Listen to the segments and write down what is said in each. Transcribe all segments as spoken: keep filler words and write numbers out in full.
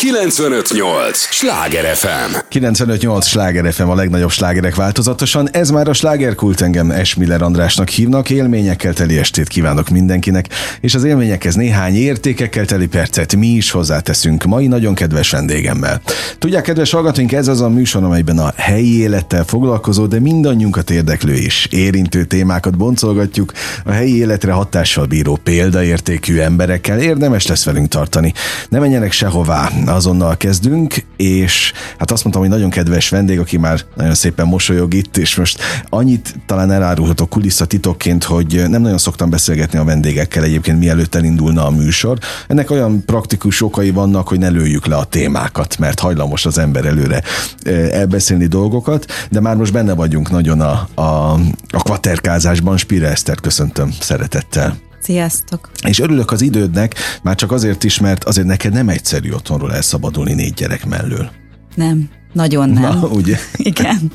kilencvenöt nyolc Sláger ef em. kilencvenöt nyolc Sláger ef em, a legnagyobb slágerek változatosan. Ez már a slágerkult, engem Esmiller Andrásnak hívnak. Élményekkel teli estét kívánok mindenkinek, és az élményekhez néhány értékekkel teli percet mi is hozzáteszünk mai nagyon kedves vendégemmel. Tudják, kedves hallgatóink, ez az a műsor, amelyben a helyi élettel foglalkozó, de mindannyiunkat érdeklő és érintő témákat boncolgatjuk. A helyi életre hatással bíró példaértékű emberekkel érdemes lesz velünk tartani. Ne menjenek sehová, azonnal kezdünk, és hát azt mondtam, hogy nagyon kedves vendég, aki már nagyon szépen mosolyog itt, és most annyit talán elárulhatok kulisszatitokként, hogy nem nagyon szoktam beszélgetni a vendégekkel egyébként, mielőtt elindulna a műsor. Ennek olyan praktikus okai vannak, hogy ne lőjük le a témákat, mert hajlamos az ember előre elbeszélni dolgokat, de már most benne vagyunk nagyon a, a, a kvaterkázásban. Spira Esztert köszöntöm szeretettel. Sziasztok! És örülök az idődnek, már csak azért is, mert azért neked nem egyszerű otthonról elszabadulni négy gyerek mellől. Nem, nagyon nem. Na, ugye? Igen.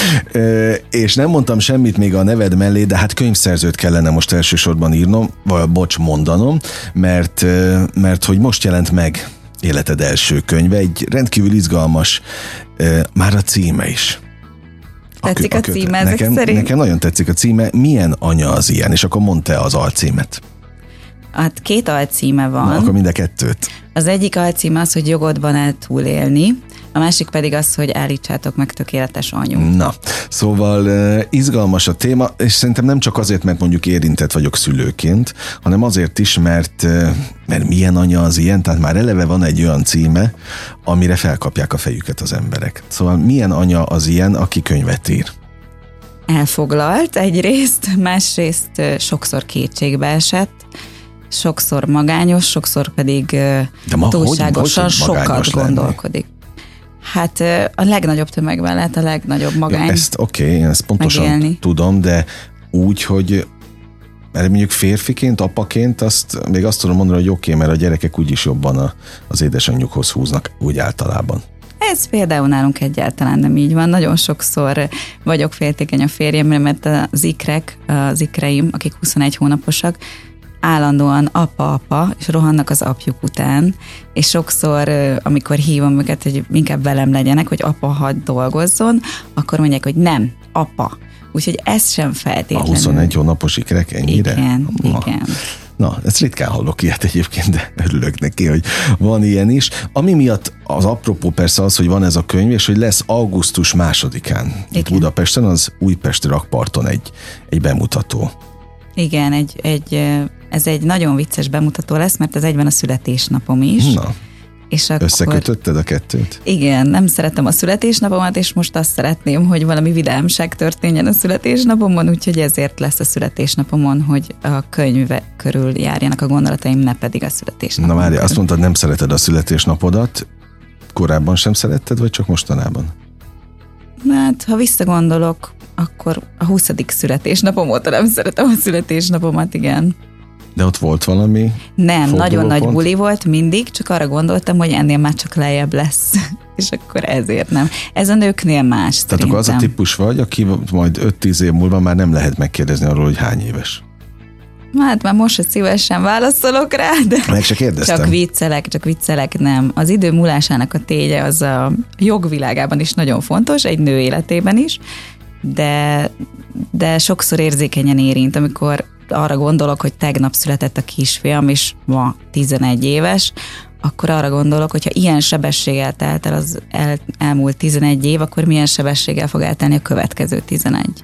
És nem mondtam semmit még a neved mellé, de hát könyvszerzőt kellene most elsősorban írnom, vagy bocs, mondanom, mert, mert hogy most jelent meg életed első könyve, egy rendkívül izgalmas, már a címe is. Tetszik a, a címe ezek nekem, szerint? Nekem nagyon tetszik a címe. Milyen anya az ilyen? És akkor mondd te az alcímet. Hát két alcíme van. Na, akkor mind a kettőt. Az egyik alcíme az, hogy jogodban el túlélni, a másik pedig az, hogy állítsátok meg tökéletes anyu. Na, szóval uh, izgalmas a téma, és szerintem nem csak azért, mert mondjuk érintett vagyok szülőként, hanem azért is, mert, uh, mert milyen anya az ilyen, tehát már eleve van egy olyan címe, amire felkapják a fejüket az emberek. Szóval milyen anya az ilyen, aki könyvet ír? Elfoglalt egyrészt, másrészt uh, sokszor kétségbe esett, sokszor magányos, sokszor pedig uh, ma, túlságosan hogy, hogy sokat gondolkodik. Lenni? Hát a legnagyobb tömegben lehet a legnagyobb magány. Ja, ezt oké, okay, én ezt pontosan megélni. Tudom, de úgy, hogy mert mondjuk férfiként, apaként azt még azt tudom mondani, hogy oké, okay, mert a gyerekek úgyis jobban a, az édesanyjukhoz húznak, úgy általában. Ez például nálunk egyáltalán nem így van. Nagyon sokszor vagyok féltékeny a férjemre, mert az ikrek, az ikreim, akik huszonegy hónaposak, állandóan apa-apa, és rohannak az apjuk után, és sokszor, amikor hívom őket, hogy inkább velem legyenek, hogy apa hadd dolgozzon, akkor mondják, hogy nem, apa. Úgyhogy ez sem feltétlenül. A huszonegy hónapos ikrek ennyire? Igen, Na. igen. Na, ezt ritkán hallok ilyet egyébként, de örülök neki, hogy van ilyen is. Ami miatt az apropó persze az, hogy van ez a könyv, és hogy lesz augusztus másodikán. Igen. Itt Budapesten, az Újpesti rakparton egy, egy bemutató. Igen, egy, egy, ez egy nagyon vicces bemutató lesz, mert ez egyben a születésnapom is. Na, és akkor, összekötötted a kettőt? Igen, nem szeretem a születésnapomat, és most azt szeretném, hogy valami vidámság történjen a születésnapomon, úgyhogy ezért lesz a születésnapomon, hogy a könyve körül járjanak a gondolataim, ne pedig a születésnapom. Na Mária, azt mondtad, nem szereted a születésnapodat, korábban sem szeretted, vagy csak mostanában? Hát, ha visszagondolok, akkor a huszadik születésnapom óta nem szeretem a születésnapomat, igen. De ott volt valami? Nem, nagyon nagy buli volt mindig, csak arra gondoltam, hogy ennél már csak lejjebb lesz. És akkor ezért nem. Ez a nőknél más. Tehát szerintem. akkor az a típus vagy, aki majd öt-tíz év múlva már nem lehet megkérdezni arról, hogy hány éves? Hát már most, hogy szívesen válaszolok rá, de meg se kérdeztem. Csak viccelek, csak viccelek, nem. Az idő múlásának a ténye az a jogvilágában is nagyon fontos, egy nő életében is, de, de sokszor érzékenyen érint, amikor arra gondolok, hogy tegnap született a kisfiam, és ma tizenegy éves, akkor arra gondolok, hogyha ilyen sebességgel telt el az el, elmúlt tizenegy év, akkor milyen sebességgel fog eltelni a következő tizenegy.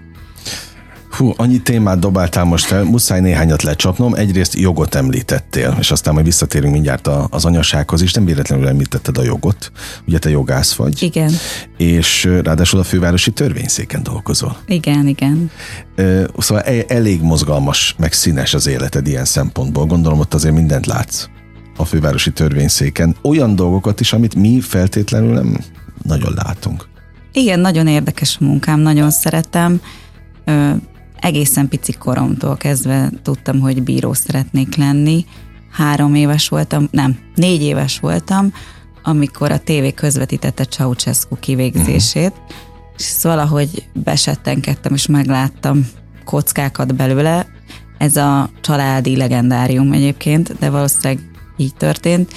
Hú, annyi témát dobáltál most el, muszáj néhányat lecsapnom. Egyrészt jogot említettél, és aztán majd visszatérünk mindjárt az anyasághoz is. Nem véletlenül említetted a jogot. Ugye te jogász vagy. Igen. És ráadásul a fővárosi törvényszéken dolgozol. Igen, igen. Szóval elég mozgalmas, meg színes az életed ilyen szempontból. Gondolom, ott azért mindent látsz a fővárosi törvényszéken. Olyan dolgokat is, amit mi feltétlenül nem nagyon látunk. Igen, nagyon érdekes a munkám, nagyon szeretem. Ö, egészen pici koromtól kezdve tudtam, hogy bíró szeretnék lenni. Három éves voltam, nem, négy éves voltam, amikor a tévé közvetítette Ceausescu kivégzését, uh-huh. és valahogy besettenkedtem, és megláttam kockákat belőle. Ez a családi legendárium egyébként, de valószínűleg így történt,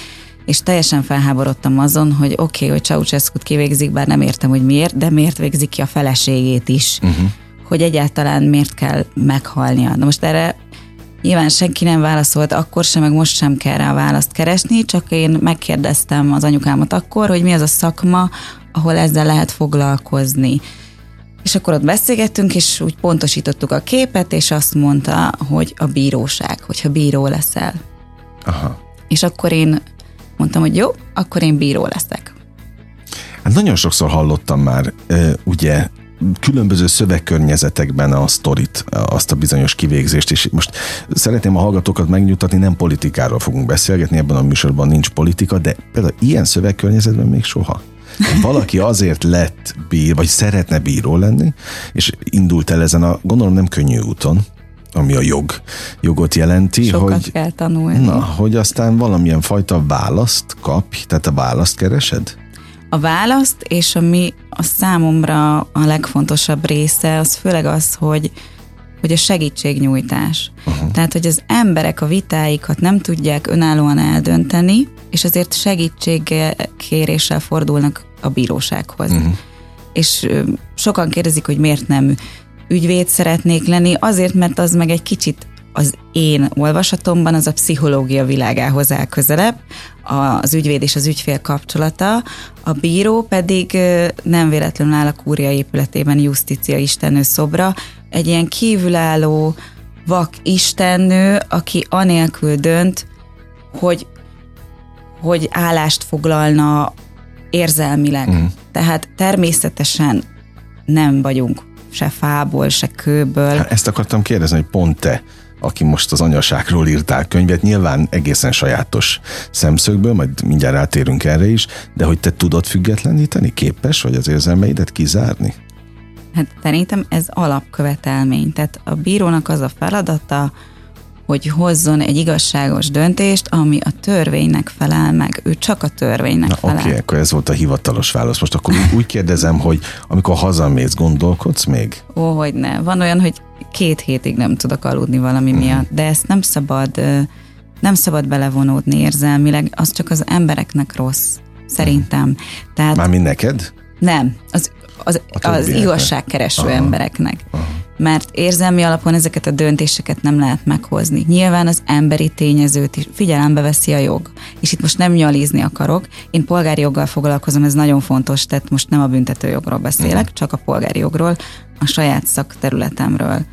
és teljesen felháborodtam azon, hogy oké, okay, hogy Ceausescut kivégzik, bár nem értem, hogy miért, de miért végzik ki a feleségét is, uh-huh. hogy egyáltalán miért kell meghalnia. Na most erre nyilván senki nem válaszolt, akkor sem, meg most sem kell rá választ keresni, csak én megkérdeztem az anyukámat akkor, hogy mi az a szakma, ahol ezzel lehet foglalkozni. És akkor ott beszélgettünk, és úgy pontosítottuk a képet, és azt mondta, hogy a bíróság, hogyha bíró leszel. Aha. És akkor én mondtam, hogy jó, akkor én bíró leszek. Hát nagyon sokszor hallottam már, ugye, különböző szövegkörnyezetekben a sztorit, azt a bizonyos kivégzést, és most szeretném a hallgatókat megnyugtatni, nem politikáról fogunk beszélgetni, ebben a műsorban nincs politika, de például ilyen szövegkörnyezetben még soha. Valaki azért lett bír, vagy szeretne bíró lenni, és indult el ezen a, gondolom nem könnyű úton, ami a jog, jogot jelenti, sokat hogy, kell tanulni. Na, hogy aztán valamilyen fajta választ kapj, tehát a választ keresed? A választ, és ami a számomra a legfontosabb része, az főleg az, hogy, hogy a segítségnyújtás. Uh-huh. Tehát, hogy az emberek a vitáikat nem tudják önállóan eldönteni, és azért segítségkéréssel fordulnak a bírósághoz. Uh-huh. És sokan kérdezik, hogy miért nem ügyvéd szeretnék lenni, azért, mert az meg egy kicsit az én olvasatomban az a pszichológia világához áll közelebb, az ügyvéd és az ügyfél kapcsolata, a bíró pedig nem véletlenül áll a kúria épületében Justitia istennő szobra, egy ilyen kívülálló vak istennő, aki anélkül dönt, hogy, hogy állást foglalna érzelmileg. Mm. Tehát természetesen nem vagyunk se fából, se kőből. Hát ezt akartam kérdezni, hogy pont te, aki most az anyaságról írtál könyvet, nyilván egészen sajátos szemszögből, majd mindjárt átérünk erre is, de hogy te tudod függetleníteni, képes vagy az érzelmeidet kizárni? Hát szerintem ez alapkövetelmény. Tehát a bírónak az a feladata, hogy hozzon egy igazságos döntést, ami a törvénynek felel meg. Ő csak a törvénynek Na, felel. Oké, okay, akkor ez volt a hivatalos válasz. Most akkor úgy kérdezem, hogy amikor hazamész, gondolkodsz még? Ó, hogy ne. Van olyan, hogy két hétig nem tudok aludni valami mm. miatt, de ezt nem szabad, nem szabad belevonódni érzelmileg, az csak az embereknek rossz. Szerintem. Mm. Tehát Mármint neked? Nem, az, az, az igazságkereső Aha. embereknek. Aha. Mert érzelmi alapon ezeket a döntéseket nem lehet meghozni. Nyilván az emberi tényezőt is figyelembe veszi a jog. És itt most nem nyalizni akarok. Én polgári joggal foglalkozom, ez nagyon fontos, tehát most nem a büntetőjogról beszélek, uh-huh. csak a polgári jogról, a saját szakterületemről.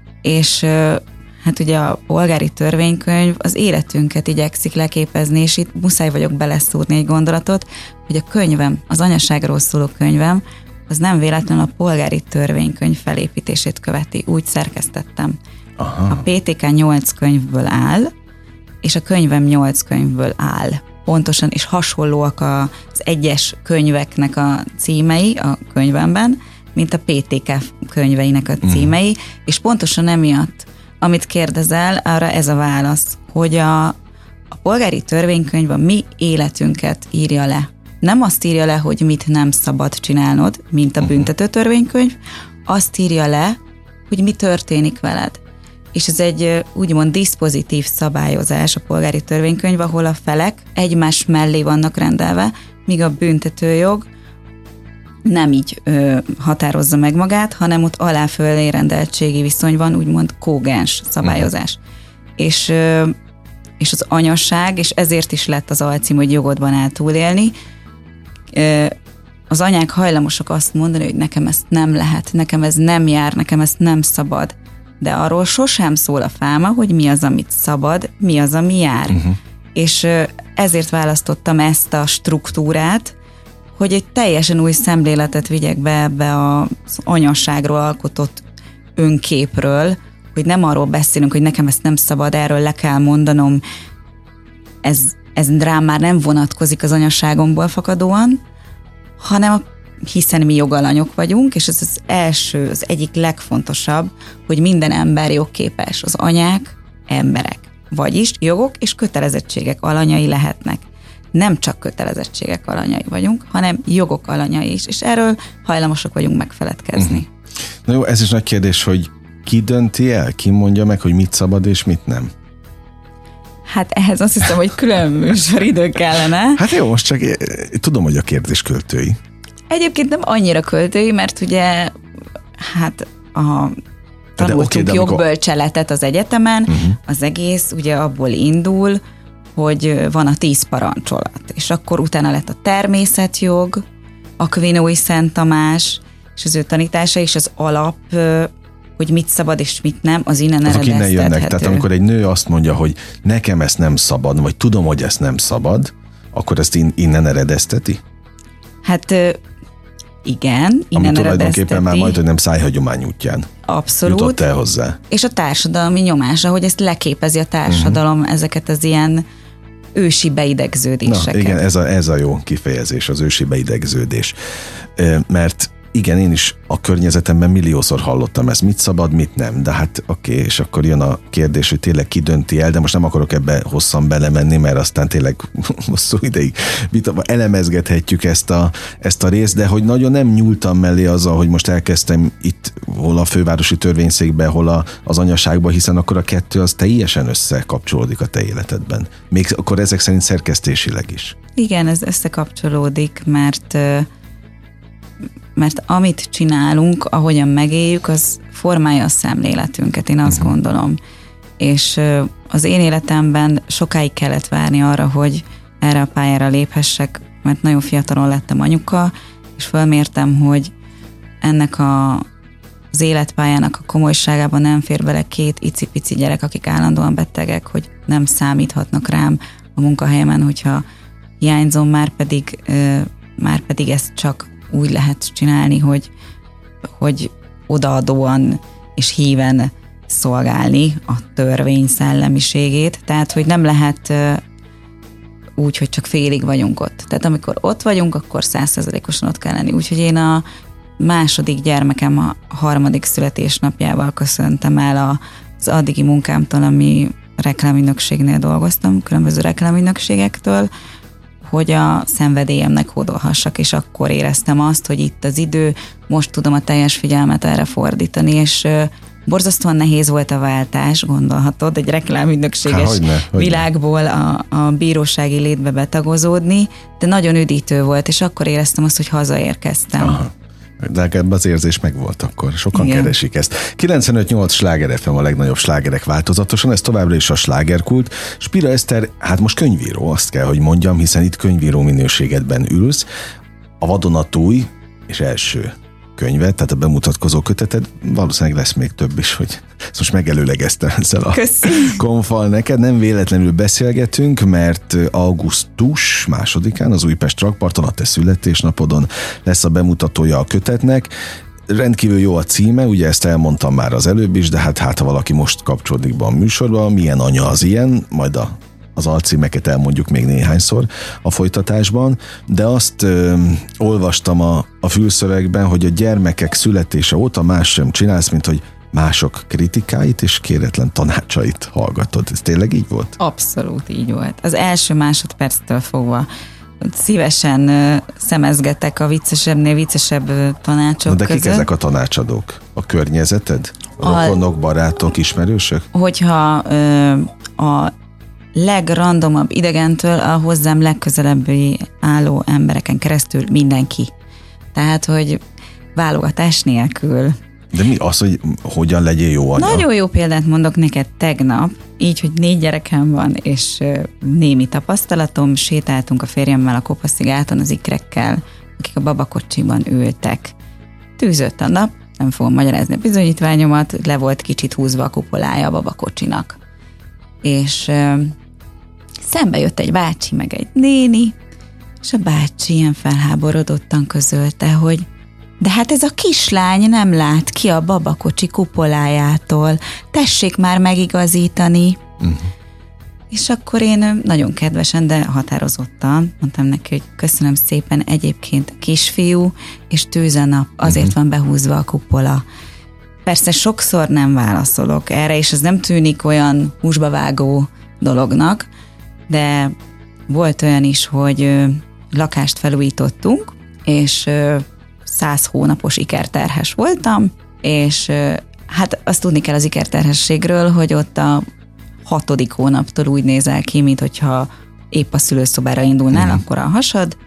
És hát ugye a polgári törvénykönyv az életünket igyekszik leképezni, és itt muszáj vagyok beleszúrni egy gondolatot, hogy a könyvem, az anyaságról szóló könyvem, az nem véletlenül a polgári törvénykönyv felépítését követi. Úgy szerkesztettem. Aha. A pé té ká nyolc könyvből áll, és a könyvem nyolc könyvből áll. Pontosan, és hasonlóak az egyes könyveknek a címei a könyvemben, mint a pé té ká könyveinek a címei, mm. és pontosan emiatt, amit kérdezel, arra ez a válasz, hogy a, a polgári törvénykönyv a mi életünket írja le. Nem azt írja le, hogy mit nem szabad csinálnod, mint a büntető törvénykönyv, azt írja le, hogy mi történik veled. És ez egy úgymond diszpozitív szabályozás a polgári törvénykönyv, ahol a felek egymás mellé vannak rendelve, míg a büntetőjog nem így ö, határozza meg magát, hanem ott alá-fölé rendeltségi viszony van, úgymond kógens szabályozás. Uh-huh. És, ö, és az anyasság, és ezért is lett az alcím, hogy jogodban áll túlélni, az anyák hajlamosak azt mondani, hogy nekem ezt nem lehet, nekem ez nem jár, nekem ezt nem szabad. De arról sosem szól a fáma, hogy mi az, amit szabad, mi az, ami jár. Uh-huh. És ezért választottam ezt a struktúrát, hogy egy teljesen új szemléletet vigyek be ebbe az anyasságról alkotott önképről, hogy nem arról beszélünk, hogy nekem ezt nem szabad, erről le kell mondanom, ez ez rám már nem vonatkozik az anyaságomból fakadóan, hanem a, hiszen mi jogalanyok vagyunk, és ez az első, az egyik legfontosabb, hogy minden ember jogképes. Az anyák emberek, vagyis jogok és kötelezettségek alanyai lehetnek. Nem csak kötelezettségek alanyai vagyunk, hanem jogok alanyai is, és erről hajlamosak vagyunk megfeledkezni. Uh-huh. Na jó, ez is nagy kérdés, hogy ki dönti el, ki mondja meg, hogy mit szabad és mit nem? Hát ehhez azt hiszem, hogy külön műsoridő kellene. Hát jó, most csak tudom, hogy a kérdés költői. Egyébként nem annyira költői, mert ugye hát a tanultunk okay, jogbölcseletet az egyetemen, uh-huh. az egész ugye abból indul, hogy van a tíz parancsolat, és akkor utána lett a természetjog, Akvinói Szent Tamás, és az ő tanítása is az alap, hogy mit szabad és mit nem, az innen eredeztethető. Azok innen jönnek, tehát amikor egy nő azt mondja, hogy nekem ezt nem szabad, vagy tudom, hogy ezt nem szabad, akkor ezt innen eredezteti? Hát igen, innen ami tulajdonképpen már majd, hogy nem szájhagyomány útján abszolút jutott el hozzá. És a társadalmi nyomása, hogy ezt leképezi a társadalom, uh-huh. ezeket az ilyen ősi beidegződéseket. Na, igen, ez a, ez a jó kifejezés, az ősi beidegződés. Mert igen, én is a környezetemben milliószor hallottam ezt, mit szabad, mit nem, de hát oké, okay, és akkor jön a kérdés, hogy tényleg ki dönti el, de most nem akarok ebbe hosszan belemenni, mert aztán tényleg hosszú ideig elemezgethetjük ezt a, ezt a részt, de hogy nagyon nem nyúltam mellé azzal, hogy most elkezdtem itt hol a fővárosi törvényszékbe, hol a, az anyaságba, hiszen akkor a kettő az teljesen összekapcsolódik a te életedben. Még akkor ezek szerint szerkesztésileg is. Igen, ez összekapcsolódik, mert mert amit csinálunk, ahogyan megéljük, az formálja a szemléletünket, én azt uh-huh. gondolom. És az én életemben sokáig kellett várni arra, hogy erre a pályára léphessek, mert nagyon fiatalon lettem anyuka, és fölmértem, hogy ennek a, az életpályának a komolyságában nem fér bele két icipici gyerek, akik állandóan betegek, hogy nem számíthatnak rám a munkahelyemen, hogyha hiányzom, már pedig, már pedig ezt csak úgy lehet csinálni, hogy, hogy odaadóan és híven szolgálni a törvény szellemiségét, tehát, hogy nem lehet úgy, hogy csak félig vagyunk ott. Tehát amikor ott vagyunk, akkor száz százalékosan ott kell lenni. Úgyhogy én a második gyermekem a harmadik születésnapjával köszöntem el az addigi munkámtól, ami reklámügynökségnél dolgoztam, különböző reklámügynökségektől, hogy a szenvedélyemnek hódolhassak, és akkor éreztem azt, hogy itt az idő, most tudom a teljes figyelmet erre fordítani, és borzasztóan nehéz volt a váltás, gondolhatod, egy reklámügynökséges Há, hogyne, hogyne. világból a, a bírósági létbe betagozódni, de nagyon üdítő volt, és akkor éreztem azt, hogy hazaérkeztem. Aha. De ebben az érzés megvolt akkor. Sokan Igen. keresik ezt. kilencvenöt nyolc Sláger ef em a legnagyobb slágerek változatosan, ez továbbra is a slágerkult. Spira Eszter, hát most könyvíró, azt kell, hogy mondjam, hiszen itt könyvíró minőségedben ülsz. A vadonatúj és első könyvet, tehát a bemutatkozó köteted, valószínűleg lesz még több is, hogy ezt most megelőlegeztem ezzel a Köszi. konfal neked. Nem véletlenül beszélgetünk, mert augusztus másodikán az Újpest rakparton, a te születésnapodon lesz a bemutatója a kötetnek. Rendkívül jó a címe, ugye ezt elmondtam már az előbb is, de hát hát ha valaki most kapcsolódik be a műsorba, milyen anya az ilyen, majd a az alcímeket elmondjuk még néhányszor a folytatásban, de azt ö, olvastam a, a fülszövegben, hogy a gyermekek születése óta más sem csinálsz, mint hogy mások kritikáit és kéretlen tanácsait hallgatod. Ez tényleg így volt? Abszolút így volt. Az első másodperctől fogva szívesen ö, szemezgetek a viccesebbnél viccesebb ö, tanácsok Na de kik között. ezek a tanácsadók? A környezeted? A, a rokonok, barátok, ismerősök? Hogyha ö, a legrandomabb idegentől a hozzám legközelebbi álló embereken keresztül mindenki. Tehát, hogy válogatás nélkül. De mi az, hogy hogyan legyél jó anya? Nagyon jó példát mondok neked tegnap, így, hogy négy gyerekem van, és némi tapasztalatom, sétáltunk a férjemmel a Kopaszigáton az ikrekkel, akik a babakocsiban ültek. Tűzött a nap, nem fogom magyarázni a bizonyítványomat, le volt kicsit húzva a kupolája a babakocsinak. És szembe jött egy bácsi, meg egy néni, és a bácsi ilyen felháborodottan közölte, hogy de hát ez a kislány nem lát ki a babakocsi kupolájától, tessék már megigazítani. Uh-huh. És akkor én nagyon kedvesen, de határozottan mondtam neki, hogy köszönöm szépen, egyébként kisfiú, és tűz a nap, azért uh-huh. van behúzva a kupola. Persze sokszor nem válaszolok erre, és ez nem tűnik olyan húsba vágó dolognak, de volt olyan is, hogy ö, lakást felújítottunk, és ö, száz hónapos ikerterhes voltam, és ö, hát azt tudni kell az ikerterhességről, hogy ott a hatodik hónaptól úgy nézel ki, mint hogyha épp a szülőszobára indulnál, uh-huh. akkor a hasad,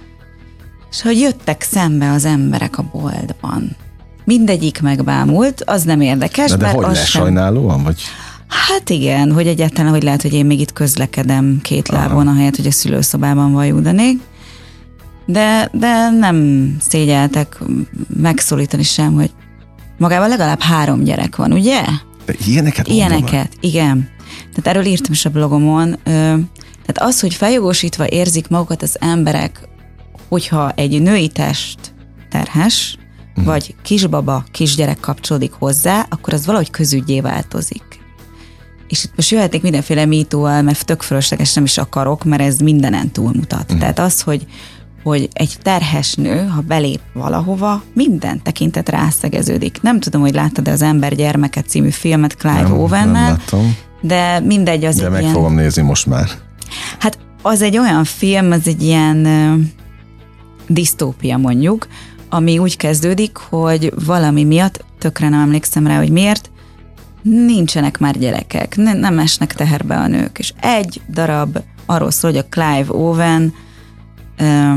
és hogy jöttek szembe az emberek a boltban. Mindegyik megbámult, az nem érdekes. De, de hogy lesz sem... sajnálóan, vagy? Hát igen, hogy egyáltalán, hogy lehet, hogy én még itt közlekedem két lábon, ahelyett, hogy a szülőszobában vajudanék. De, de nem szégyeltek megszólítani sem, hogy magában legalább három gyerek van, ugye? De ilyeneket? Ilyeneket, igen. Tehát erről írtam is a blogomon. Tehát az, hogy feljogosítva érzik magukat az emberek, hogyha egy női test terhes, uh-huh. vagy kisbaba, kisgyerek kapcsolódik hozzá, akkor az valahogy közügyé változik. És itt most jöhetnék mindenféle mítóval, mert tök fölösleges nem is akarok, mert ez mindenen túlmutat. Uh-huh. Tehát az, hogy, hogy egy terhes nő, ha belép valahova, minden tekintet rászegeződik. Nem tudom, hogy láttad az Ember gyermeke című filmet Clive Owennel, de mindegy az De meg ilyen... fogom nézni most már. Hát az egy olyan film, az egy ilyen uh, disztópia mondjuk, ami úgy kezdődik, hogy valami miatt, tökre nem emlékszem rá, hogy miért, nincsenek már gyerekek, ne, nem esnek teherbe a nők, és egy darab arról szól, hogy a Clive Owen uh,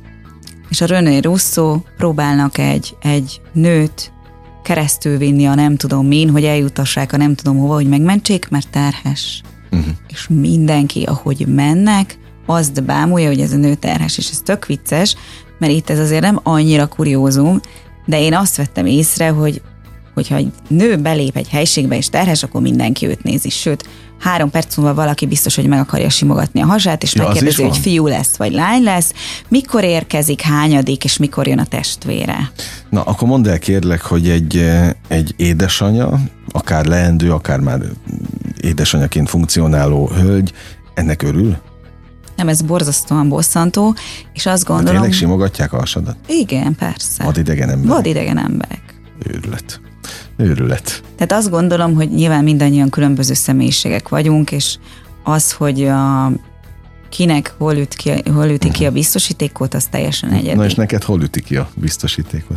és a René Russo próbálnak egy, egy nőt keresztül vinni a nem tudom min, hogy eljutassák a nem tudom hova, hogy megmentsék, mert terhes. Uh-huh. És mindenki, ahogy mennek, azt bámulja, hogy ez a nő terhes, és ez tök vicces, mert itt ez azért nem annyira kuriózum, de én azt vettem észre, hogy hogyha egy nő belép egy helységbe és terhes, akkor mindenki őt nézi. Sőt, három perc múlva valaki biztos, hogy meg akarja simogatni a hasát, és ja, megkérdezi, hogy fiú lesz, vagy lány lesz, mikor érkezik, hányadik, és mikor jön a testvére. Na, akkor mondd el kérlek, hogy egy, egy édesanya, akár leendő, akár már édesanyaként funkcionáló hölgy, ennek örül? Nem, ez borzasztóan bosszantó, és azt gondolom... De tényleg simogatják a hasadat? Igen, persze. Vadidegen emberek? Vadidegen emberek. Őrület. Őrület. Tehát azt gondolom, hogy nyilván mindannyian különböző személyiségek vagyunk, és az, hogy a kinek hol, üt ki, hol üti uh-huh. ki a biztosítékot, az teljesen egyedi. Na és neked hol üti ki a biztosítékot?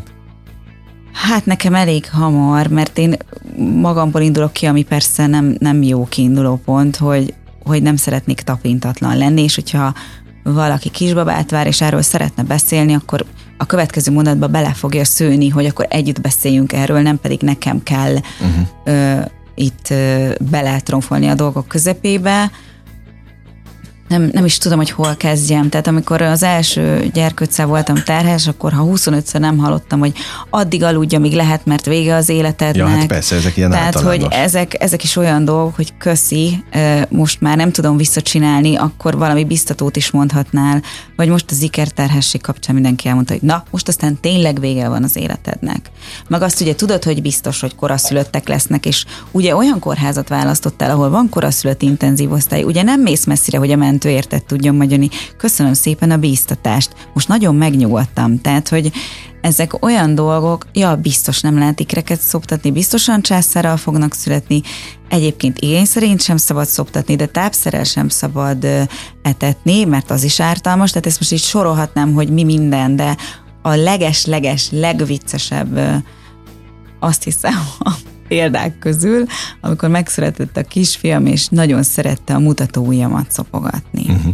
Hát nekem elég hamar, mert én magamból indulok ki, ami persze nem, nem jó kiinduló pont, hogy, hogy nem szeretnék tapintatlan lenni, és hogyha valaki kisbabát vár, és erről szeretne beszélni, akkor a következő mondatba bele fogja szőni, hogy akkor együtt beszéljünk erről, nem pedig nekem kell uh-huh. ö, itt ö, beletronfolni a dolgok közepébe. Nem, nem is tudom, hogy hol kezdjem. Tehát amikor az első gyerkőccel voltam terhes, akkor ha huszonötször nem hallottam, hogy addig aludj, amíg lehet, mert vége az életednek. Ja, hát persze, ezek ilyen Tehát, általános. hogy ezek, ezek is olyan dolgok, hogy köszi, most már nem tudom visszacsinálni, akkor valami biztatót is mondhatnál, vagy most az ikerterhesség kapcsán mindenki elmondta, hogy na, most aztán tényleg vége van az életednek. Meg azt ugye tudod, hogy biztos, hogy koraszülöttek lesznek, és ugye olyan kórházat választottál, ahol van koraszülött intenzív osztály, ugye nem mész messzire, hogy a mentő érted tudjon magyani. Köszönöm szépen a bíztatást. Most nagyon megnyugodtam. Tehát, hogy ezek olyan dolgok, ja, biztos nem lehet ikreket szoptatni, biztosan császárral fognak születni, egyébként igény szerint sem szabad szoptatni, de tápszerrel sem szabad uh, etetni, mert az is ártalmas, tehát ezt most így sorolhatnám, hogy mi minden, de a leges-leges, legviccesebb uh, azt hiszem a példák közül, amikor megszületett a kisfiam, és nagyon szerette a mutatóujjamat szopogatni. Uh-huh.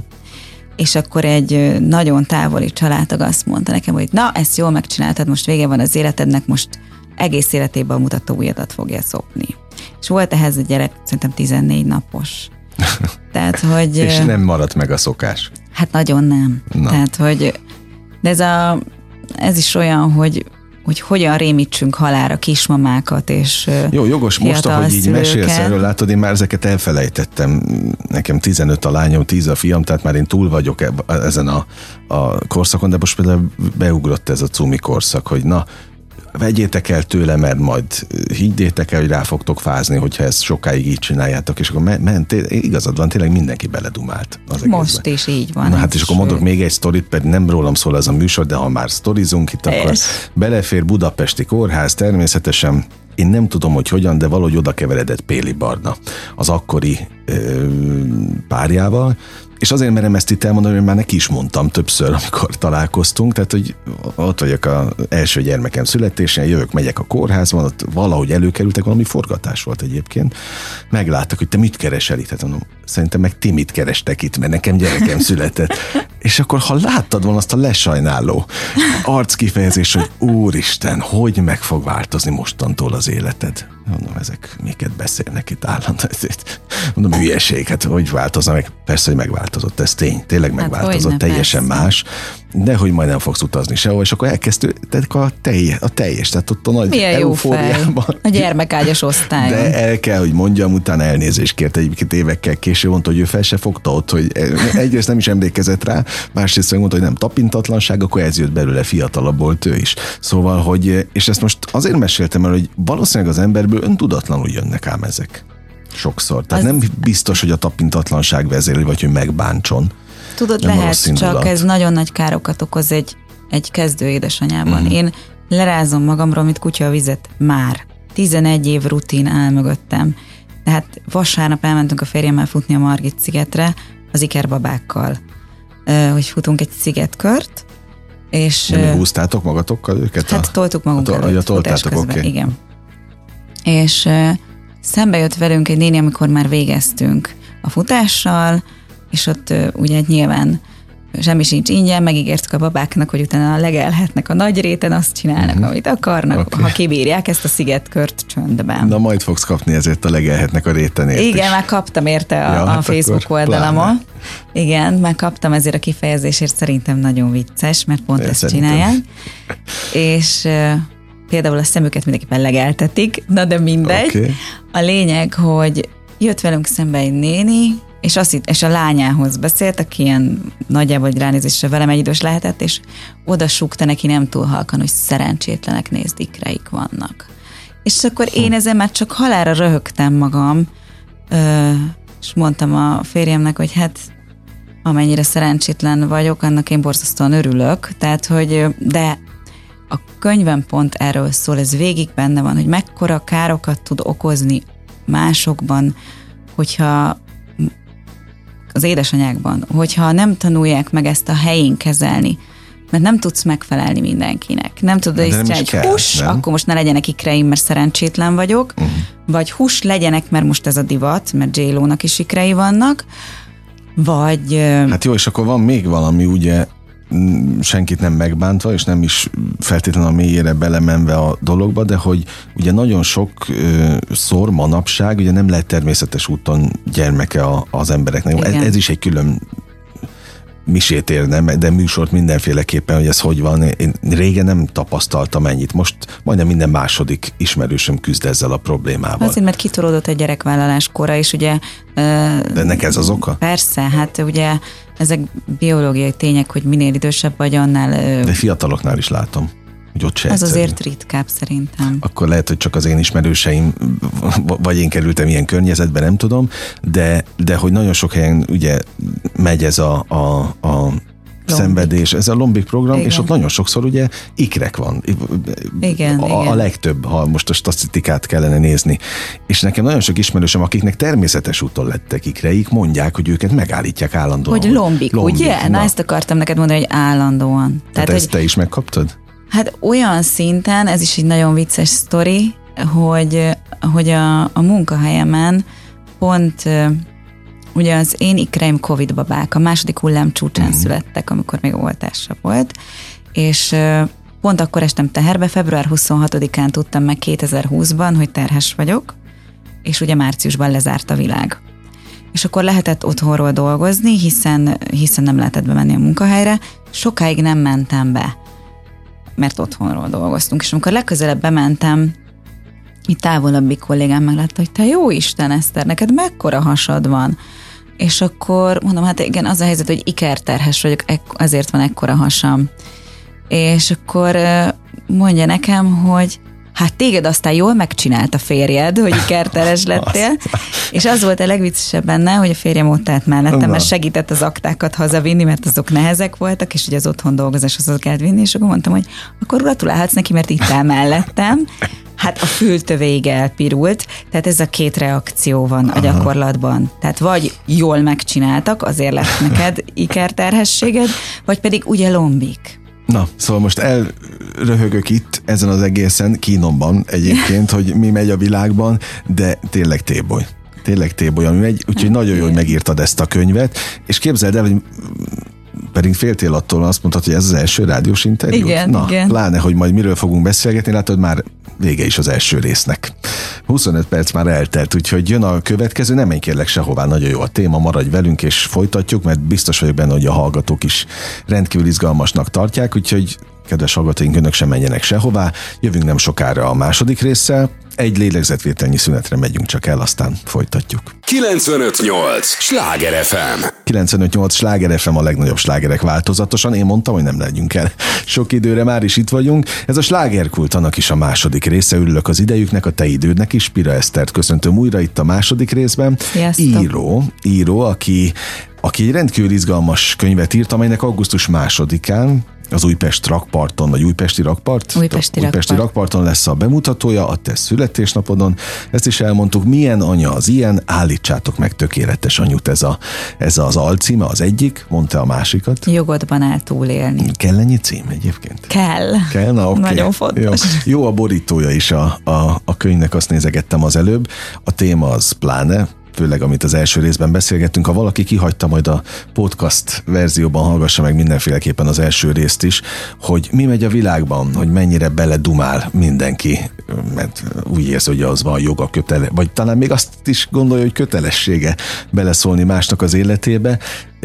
És akkor egy nagyon távoli családtag azt mondta nekem, hogy na, ezt jól megcsináltad, most vége van az életednek, most egész életében a mutatóujjadat fogja szopni. És volt ehhez a gyerek, szerintem tizennégy napos. Tehát, hogy... És nem maradt meg a szokás. Hát nagyon nem. Na. Tehát, hogy... De ez, a, ez is olyan, hogy hogy hogyan rémítsünk halálra kismamákat és jó, jogos, most, ahogy így mesélsz erről, látod, én már ezeket elfelejtettem. Nekem tizenöt a lányom, tíz a fiam, tehát már én túl vagyok ezen a, a korszakon, de most például beugrott ez a cumi korszak, hogy na, vegyétek el tőle, mert majd higgyétek el, hogy rá fogtok fázni, hogyha ezt sokáig így csináljátok, és akkor ment, igazad van, tényleg mindenki beledumált. Az most egészben. Is így van. Na hát és akkor mondok még egy sztorit, pedig nem rólam szól ez a műsor, de ha már sztorizunk itt, akkor belefér Budapesti Kórház, természetesen én nem tudom, hogy hogyan, de valahogy oda keveredett Péli Barna az akkori ö, párjával, és azért merem ezt itt elmondani, hogy már neki is mondtam többször, amikor találkoztunk, tehát, hogy ott vagyok az első gyermekem születésén, jövök, megyek a kórházban, ott valahogy előkerültek, valami forgatás volt egyébként. Megláttak, hogy te mit keresel itt? Hát mondom, szerintem meg ti mit kerestek itt, mert nekem gyerekem született. És akkor, ha láttad volna azt a lesajnáló arckifejezés, hogy úristen, hogy meg fog változni mostantól az életed? Mondom, ezek miket beszélnek itt állandóan. Mondom, hülyeség, hát hogy változna meg? Persze, hogy megváltozott, ez tény, tényleg megváltozott, hát teljesen persze. Más, de hogy majd nem fogsz utazni sehol, és akkor elkezdtek a, telj, a teljes, tehát ott a nagy milyen eufóriában. A gyermekágyas osztályon. De el kell, hogy mondjam, utána elnézést kért egyébként évekkel később, mondta, hogy ő fel se fogta ott, hogy egyrészt nem is emlékezett rá, másrészt mondta, hogy nem tapintatlanság, akkor ez jött belőle, fiatalabb volt ő is. Szóval, hogy, és ezt most azért meséltem el, hogy valószínűleg az emberből öntudatlanul jönnek ám ezek. Sokszor. Tehát az... nem biztos, hogy a tapintatlanság vezérli, vagy hogy megbántson. Tudod, lehet, csak ez nagyon nagy károkat okoz egy, egy kezdő édesanyában. Mm. Én lerázom magamról, mint kutya a vizet már. tizenegy év rutin áll mögöttem. Tehát vasárnap elmentünk a férjemmel futni a Margit szigetre az ikerbabákkal. Hogy futunk egy szigetkört, és... Nem húztátok magatokkal őket? Hát a... toltuk magunkat. Hát, toltátok, oké. Okay. Igen. És szembe jött velünk egy néni, amikor már végeztünk a futással, és ott ugye nyilván semmi sincs ingyen, megígértük a babáknak, hogy utána legelhetnek a nagy réten, azt csinálnak, uh-huh. amit akarnak, okay. ha kibírják ezt a szigetkört csöndben. Na majd fogsz kapni ezért a legelhetnek a réten ért. Igen, már kaptam érte a, ja, a hát Facebook oldalamon. Igen, már kaptam ezért a kifejezésért, szerintem nagyon vicces, mert pont Én ezt szerintem. csinálják. És uh, például a szemüket mindenképpen legeltetik, na de mindegy. Okay. A lényeg, hogy jött velünk szembe egy néni, és, azt, és a lányához beszélt, aki ilyen nagyjából egy ránézésre velem egy idős lehetett, és oda súgta neki nem túl halkan, hogy szerencsétlenek, nézd, ikreik vannak. És akkor hm. én ezen már csak halálra röhögtem magam, és mondtam a férjemnek, hogy hát amennyire szerencsétlen vagyok, annak én borzasztóan örülök, tehát, hogy de a könyvem pont erről szól, ez végig benne van, hogy mekkora károkat tud okozni másokban, hogyha az édesanyákban, hogyha nem tanulják meg ezt a helyén kezelni, mert nem tudsz megfelelni mindenkinek. Nem tudod is csinálni, hogy hús, nem? Akkor most ne legyenek ikreim, mert szerencsétlen vagyok, uh-huh. vagy hús legyenek, mert most ez a divat, mert J-Lo-nak is ikrei vannak, vagy... Hát jó, és akkor van még valami, ugye, senkit nem megbántva, és nem is feltétlenül a mélyére belemenve a dologba, de hogy ugye nagyon sok ö, szor manapság, ugye nem lehet természetes úton gyermeke a, az embereknek. Ez, ez is egy külön misét érne, de műsort mindenféleképpen, hogy ez hogy van. Én régen nem tapasztaltam ennyit. Most majdnem minden második ismerősöm küzd ezzel a problémával. Azért, mert kitorodott a gyerekvállalás kora, és ugye... De ennek ez az oka? Persze, hát ugye ezek biológiai tények, hogy minél idősebb vagy, annál... De fiataloknál is látom, hogy ott se az egyszerű. azért ritkább szerintem. Akkor lehet, hogy csak az én ismerőseim, vagy én kerültem ilyen környezetbe, nem tudom, de, de hogy nagyon sok helyen ugye megy ez a, a, a szenvedés, ez a lombik program, igen. És ott nagyon sokszor ugye ikrek van. Igen, a, igen. a legtöbb, ha most a statisztikát kellene nézni. És nekem nagyon sok ismerősöm, akiknek természetes úton lettek ikreik, mondják, hogy őket megállítják állandóan. Hogy lombik, lombik ugye? Na, Na ezt akartam neked mondani, hogy állandóan. Tehát, Tehát ezt hogy... te is megkaptad? Hát olyan szinten, ez is egy nagyon vicces sztori, hogy, hogy a, a munkahelyemen pont ugye az én ikreim Covid babák, a második hullám csúcsán mm. születtek, amikor még oltásra volt, és pont akkor estem teherbe, február huszonhatodikán tudtam meg kétezer-húszban, hogy terhes vagyok, és ugye márciusban lezárt a világ. És akkor lehetett otthonról dolgozni, hiszen, hiszen nem lehetett bemenni a munkahelyre, sokáig nem mentem be, mert otthonról dolgoztunk, és amikor legközelebb bementem, itt távolabbi kollégám meglátta, hogy te jó Isten, Eszter, neked mekkora hasad van? És akkor mondom, hát igen, az a helyzet, hogy ikerterhes vagyok, azért van ekkora hasam. És akkor mondja nekem, hogy hát téged aztán jól megcsinált a férjed, hogy ikerterhes lettél, és az volt a legviccesebb benne, hogy a férjem ott állt mellettem, mert segített az aktákat hazavinni, mert azok nehezek voltak, és ugye az otthon dolgozáshoz kellett vinni, és akkor mondtam, hogy akkor gratulálhatsz neki, mert itt áll mellettem. Hát a fültövéig elpirult, tehát ez a két reakció van a gyakorlatban. Tehát vagy jól megcsináltak, azért lett neked ikerterhességed, vagy pedig ugye lombik. Na, szóval most elröhögök itt ezen az egészen kínomban egyébként, hogy mi megy a világban, de tényleg téboly. Tényleg téboly, ami megy, úgyhogy hát, nagyon jó, hogy megírtad ezt a könyvet, és képzeld el, hogy pedig féltél attól, azt mondtad, hogy ez az első rádiós interjú. Igen, Na, igen. Pláne, hogy majd miről fogunk beszélgetni, látod, már vége is az első résznek. huszonöt perc már eltelt, úgyhogy jön a következő, nem menj kérlek sehová, nagyon jó a téma, maradj velünk és folytatjuk, mert biztos vagyok benne, hogy a hallgatók is rendkívül izgalmasnak tartják, úgyhogy kedves hallgatóink, önök sem menjenek sehová, jövünk nem sokára a második résszel, egy lélegzetvételnyi szünetre megyünk csak el, aztán folytatjuk. kilencvenöt nyolc Sláger ef em. kilencvenöt nyolc Sláger ef em, a legnagyobb slágerek változatosan. Én mondtam, hogy nem legyünk el sok időre, már is itt vagyunk. Ez a Slágerkult, annak is a második része. Örülök az idejüknek, a te idődnek is. Pira Esztert köszöntöm újra itt a második részben. Sziasztok. Író, író, aki, aki egy rendkívül izgalmas könyvet írt, amelynek augusztus másodikán az Újpest rakparton, vagy Újpesti rakpart? Újpesti, Újpesti rakparton lesz a bemutatója, a te születésnapodon. Ezt is elmondtuk, milyen anya az ilyen, állítsátok meg tökéletes anyut, ez, a, ez az alcíme, az egyik, mondta a másikat. Jogodban áll túlélni. Kell ennyi cím egyébként? Kell. Kell, na oké. Okay. Nagyon fontos. Jó. Jó a borítója is a, a, a könyvnek, azt nézegettem az előbb. A téma az pláne, főleg amit az első részben beszélgettünk, ha valaki kihagyta, majd a podcast verzióban hallgassa meg mindenféleképpen az első részt is, hogy mi megy a világban, hogy mennyire beledumál mindenki, mert úgy érzi, hogy az van joga kötele, vagy talán még azt is gondolja, hogy kötelessége beleszólni másnak az életébe.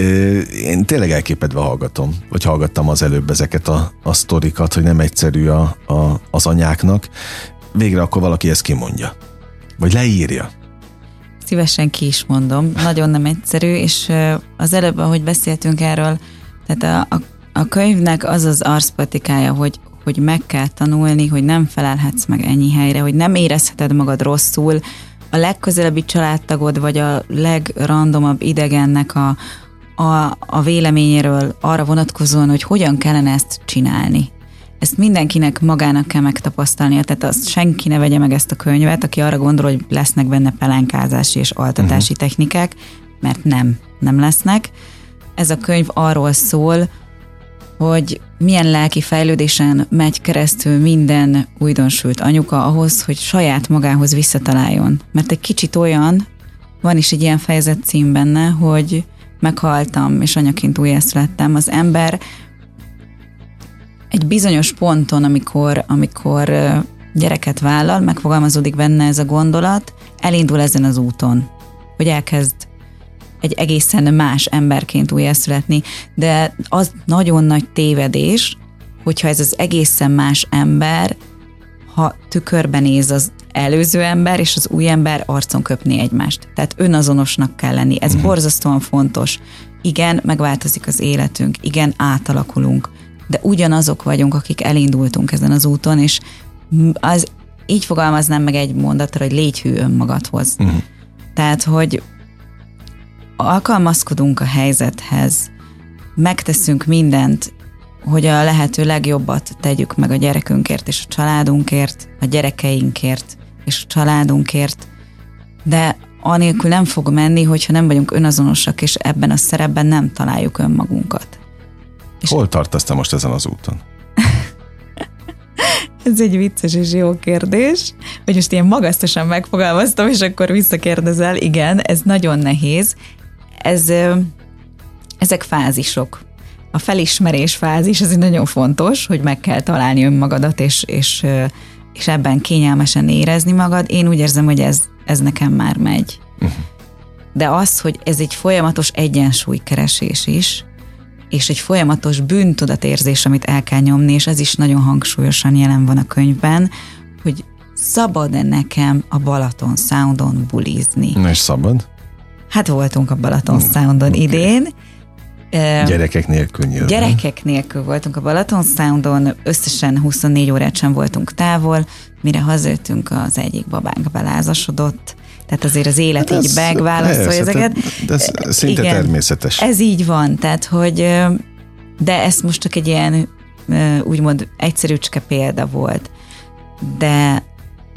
Én tényleg elképedve hallgatom, vagy hallgattam az előbb ezeket a, a sztorikat, hogy nem egyszerű a, a, az anyáknak. Végre akkor valaki ezt kimondja, vagy leírja. Szívesen ki is mondom, nagyon nem egyszerű, és az előbb, ahogy beszéltünk erről, tehát a, a, a könyvnek az az arszpolitikája, hogy, hogy meg kell tanulni, hogy nem felelhetsz meg ennyi helyre, hogy nem érezheted magad rosszul, a legközelebbi családtagod, vagy a legrandomabb idegennek a, a, a véleményéről arra vonatkozóan, hogy hogyan kellene ezt csinálni. Ezt mindenkinek magának kell megtapasztalnia, tehát azt senki ne vegye meg ezt a könyvet, aki arra gondol, hogy lesznek benne pelánkázási és altatási uh-huh. technikák, mert nem, nem lesznek. Ez a könyv arról szól, hogy milyen lelki fejlődésen megy keresztül minden újdonsült anyuka ahhoz, hogy saját magához visszataláljon. Mert egy kicsit olyan, van is egy ilyen fejezet cím benne, hogy meghaltam, és anyaként újjászülettem. Az ember egy bizonyos ponton, amikor, amikor gyereket vállal, megfogalmazódik benne ez a gondolat, elindul ezen az úton, hogy elkezd egy egészen más emberként újjászületni, de az nagyon nagy tévedés, hogyha ez az egészen más ember, ha tükörben néz az előző ember és az új ember, arcon köpni egymást. Tehát önazonosnak kell lenni. Ez borzasztóan fontos. Igen, megváltozik az életünk, igen, átalakulunk, de ugyanazok vagyunk, akik elindultunk ezen az úton, és az, így fogalmaznám meg egy mondatra, hogy légy hű önmagadhoz. Uh-huh. Tehát, hogy alkalmazkodunk a helyzethez, megteszünk mindent, hogy a lehető legjobbat tegyük meg a gyerekünkért és a családunkért, a gyerekeinkért és a családunkért, de anélkül nem fog menni, hogyha nem vagyunk önazonosak, és ebben a szerepben nem találjuk önmagunkat. És hol tartasz te most ezen az úton? Ez egy vicces és jó kérdés, hogy most ilyen magasztosan megfogalmaztam, és akkor visszakérdezel, igen, ez nagyon nehéz. Ez, ezek fázisok. A felismerés fázis, ez nagyon fontos, hogy meg kell találni önmagadat, és, és, és ebben kényelmesen érezni magad. Én úgy érzem, hogy ez, ez nekem már megy. Uh-huh. De az, hogy ez egy folyamatos egyensúlykeresés is, és egy folyamatos bűntudatérzés, amit el kell nyomni, és ez is nagyon hangsúlyosan jelen van a könyvben, hogy szabad-e nekem a Balaton Soundon bulizni. Na és szabad? Hát voltunk a Balaton Soundon okay. idén. Gyerekek nélkül nyilván. Gyerekek nélkül voltunk a Balaton Soundon, összesen huszonnégy órát sem voltunk távol, mire hazajöttünk, az egyik babánk belázasodott, tehát azért az élet hát így megválaszolja ezeket. De ez szinte igen, természetes. Ez így van, tehát hogy, de ez most csak egy ilyen úgymond egyszerűcske példa volt. De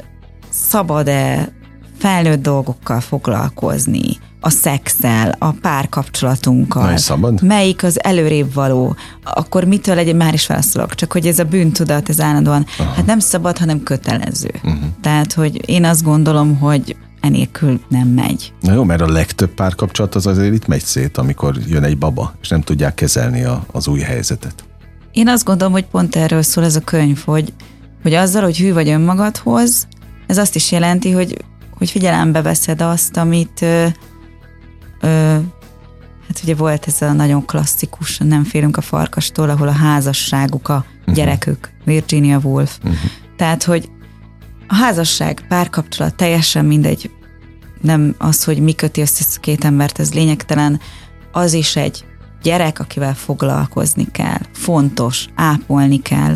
szabad-e felnőtt dolgokkal foglalkozni, a szexszel, a párkapcsolatunkkal, melyik az előrébb való, akkor mitől legyen, már is válaszolok, csak hogy ez a bűntudat, ez állandóan, aha, hát nem szabad, hanem kötelező. Uh-huh. Tehát, hogy én azt gondolom, hogy enélkül nem megy. Na jó, mert a legtöbb párkapcsolat az azért itt megy szét, amikor jön egy baba, és nem tudják kezelni a, az új helyzetet. Én azt gondolom, hogy pont erről szól ez a könyv, hogy, hogy azzal, hogy hű vagy önmagadhoz, ez azt is jelenti, hogy, hogy figyelembe veszed azt, amit ö, ö, hát ugye volt ez a nagyon klasszikus, nem félünk a farkastól, ahol a házasságuk a gyerekük, Virginia Woolf. Uh-huh. Tehát, hogy a házasság, párkapcsolat teljesen mindegy, nem az, hogy mi köti össze ezt a két embert, ez lényegtelen, az is egy gyerek, akivel foglalkozni kell, fontos, ápolni kell,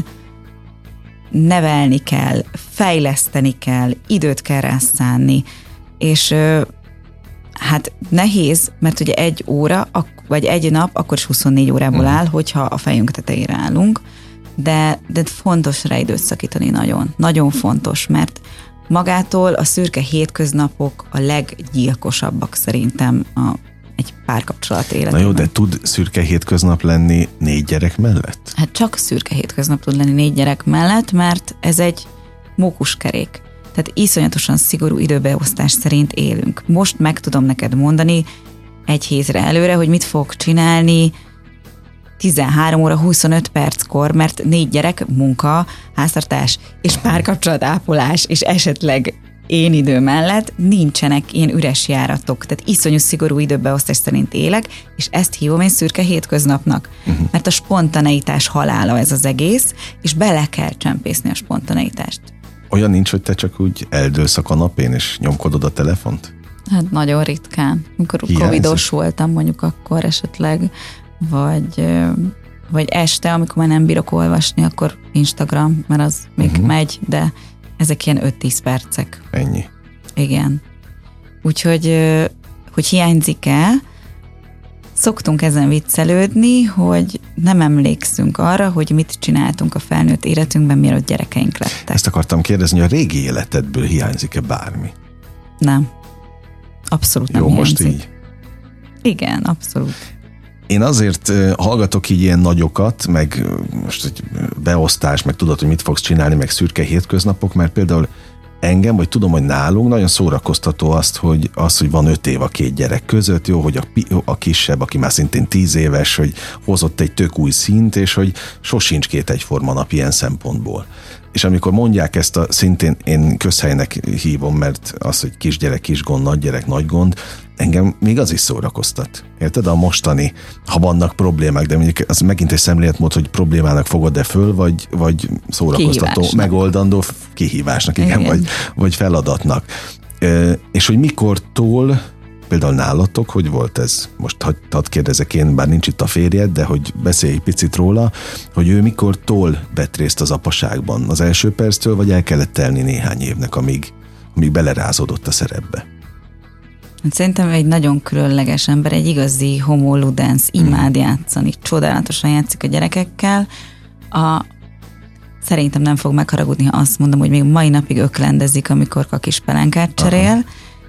nevelni kell, fejleszteni kell, időt kell rá szánni, és hát nehéz, mert ugye egy óra, vagy egy nap, akkor is huszonnégy órából áll, hogyha a fejünk tetejére állunk, de, de fontos rá időt szakítani nagyon. Nagyon fontos, mert magától a szürke hétköznapok a leggyilkosabbak szerintem a, egy párkapcsolat életében. Na jó, de tud szürke hétköznap lenni négy gyerek mellett? Hát csak szürke hétköznap tud lenni négy gyerek mellett, mert ez egy mókuskerék. Tehát iszonyatosan szigorú időbeosztás szerint élünk. Most meg tudom neked mondani egy hétre előre, hogy mit fogok csinálni tizenhárom óra huszonöt perckor, mert négy gyerek, munka, háztartás és párkapcsolat ápolás, és esetleg én idő mellett nincsenek ilyen üres járatok. Tehát iszonyú szigorú időbeosztás szerint élek, és ezt hívom én szürke hétköznapnak. Uh-huh. Mert a spontaneitás halála ez az egész, és bele kell csempészni a spontaneitást. Olyan nincs, hogy te csak úgy eldőlsz a kanapén, és nyomkodod a telefont? Hát nagyon ritkán. Amikor hiányzik? Covidos voltam, mondjuk akkor esetleg, vagy, vagy este, amikor már nem bírok olvasni, akkor Instagram, mert az még uh-huh. megy, de ezek ilyen öt-tíz percek. Ennyi. Igen. Úgyhogy, hogy hiányzik-e, szoktunk ezen viccelődni, hogy nem emlékszünk arra, hogy mit csináltunk a felnőtt életünkben, mielőtt gyerekeink lettek. Ezt akartam kérdezni, hogy a régi életedből hiányzik-e bármi? Nem. Abszolút nem Jó, hiányzik. most így? Igen, abszolút. Én azért hallgatok így ilyen nagyokat, meg most egy beosztás, meg tudod, hogy mit fogsz csinálni, meg szürke hétköznapok, mert például engem, vagy tudom, hogy nálunk nagyon szórakoztató azt, hogy, az, hogy van öt év a két gyerek között, jó, hogy a, a kisebb, aki már szintén tíz éves, hogy hozott egy tök új szint, és hogy sosincs két egyforma nap ilyen szempontból. És amikor mondják ezt, a szintén én közhelynek hívom, mert az, hogy kisgyerek, kis gond, nagygyerek, nagy gond, engem még az is szórakoztat. Érted? A mostani, ha vannak problémák, de mondjuk az megint egy szemléletmód, hogy problémának fogod-e föl, vagy, vagy szórakoztató, kihívásnak. Megoldandó kihívásnak, igen, igen. Vagy, vagy feladatnak. E, és hogy mikortól, például nálatok, hogy volt ez? Most hadd, hadd kérdezek én, bár nincs itt a férjed, de hogy beszélj egy picit róla, hogy ő mikortól vett részt az apaságban? Az első perctől, vagy el kellett telni néhány évnek, amíg, amíg belerázódott a szerepbe? Szerintem egy nagyon különleges ember, egy igazi homo ludens, imád játszani, csodálatosan játszik a gyerekekkel. A, szerintem nem fog megharagudni, ha azt mondom, hogy még mai napig öklendezik, amikor kakis pelenkát cserél.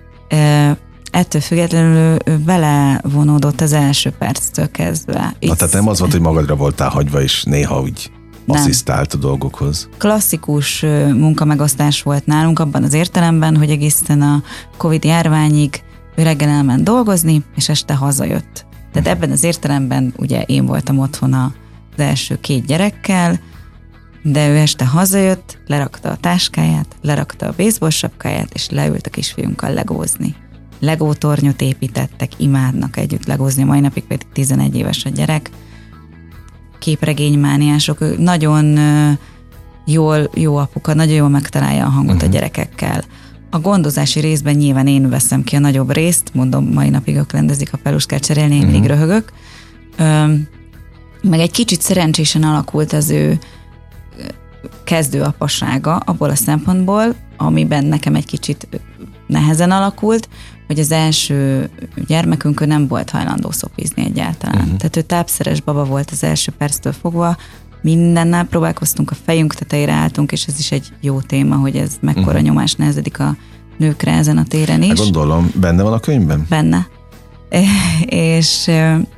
E, ettől függetlenül ő belevonódott az első perctől kezdve. Na, tehát nem az volt, hogy magadra voltál hagyva, és néha úgy nem. asszisztált a dolgokhoz. Klasszikus munkamegosztás volt nálunk abban az értelemben, hogy egészen a Covid járványig ő reggel elment dolgozni, és este hazajött. Tehát ebben az értelemben ugye én voltam otthon az első két gyerekkel, de ő este hazajött, lerakta a táskáját, lerakta a baseball sapkáját, és leült a kisfiunkkal legózni. Legó tornyot építettek, imádnak együtt legózni, mai napig pedig tizenegy éves a gyerek. Képregénymániások, ő nagyon jól, jó apuka, nagyon jól megtalálja a hangot uh-huh. a gyerekekkel. A gondozási részben nyilván én veszem ki a nagyobb részt, mondom, mai napig öklendezik, a peluskát cserélni, én uh-huh. mindig röhögök. Öm, meg egy kicsit szerencsésen alakult az ő kezdőapasága abból a szempontból, amiben nekem egy kicsit nehezen alakult, hogy az első gyermekünkön nem volt hajlandó szopizni egyáltalán. Uh-huh. Tehát ő tápszeres baba volt az első perctől fogva, mindennel próbálkoztunk, a fejünk tetejére álltunk, és ez is egy jó téma, hogy ez mekkora uh-huh. nyomás nehezedik a nőkre ezen a téren is. Hát gondolom, benne van a könyvben? Benne. és,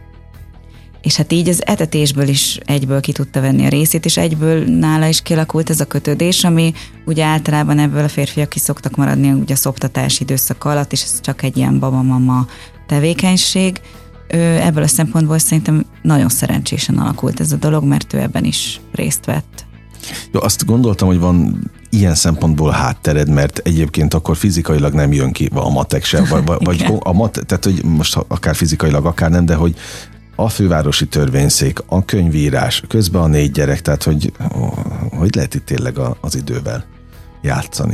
és hát így az etetésből is egyből ki tudta venni a részét, és egyből nála is kialakult ez a kötődés, ami ugye általában ebből a férfiak ki szoktak maradni ugye a szoptatás időszak alatt, és ez csak egy ilyen baba-mama tevékenység. Ebből a szempontból szerintem nagyon szerencsésen alakult ez a dolog, mert ő ebben is részt vett. Jó, azt gondoltam, hogy van ilyen szempontból háttered, mert egyébként akkor fizikailag nem jön ki a matek se, vagy, vagy a mat, tehát hogy most akár fizikailag, akár nem, de hogy a fővárosi törvényszék, a könyvírás, közben a négy gyerek, tehát hogy hogy lehet itt tényleg az idővel játszani?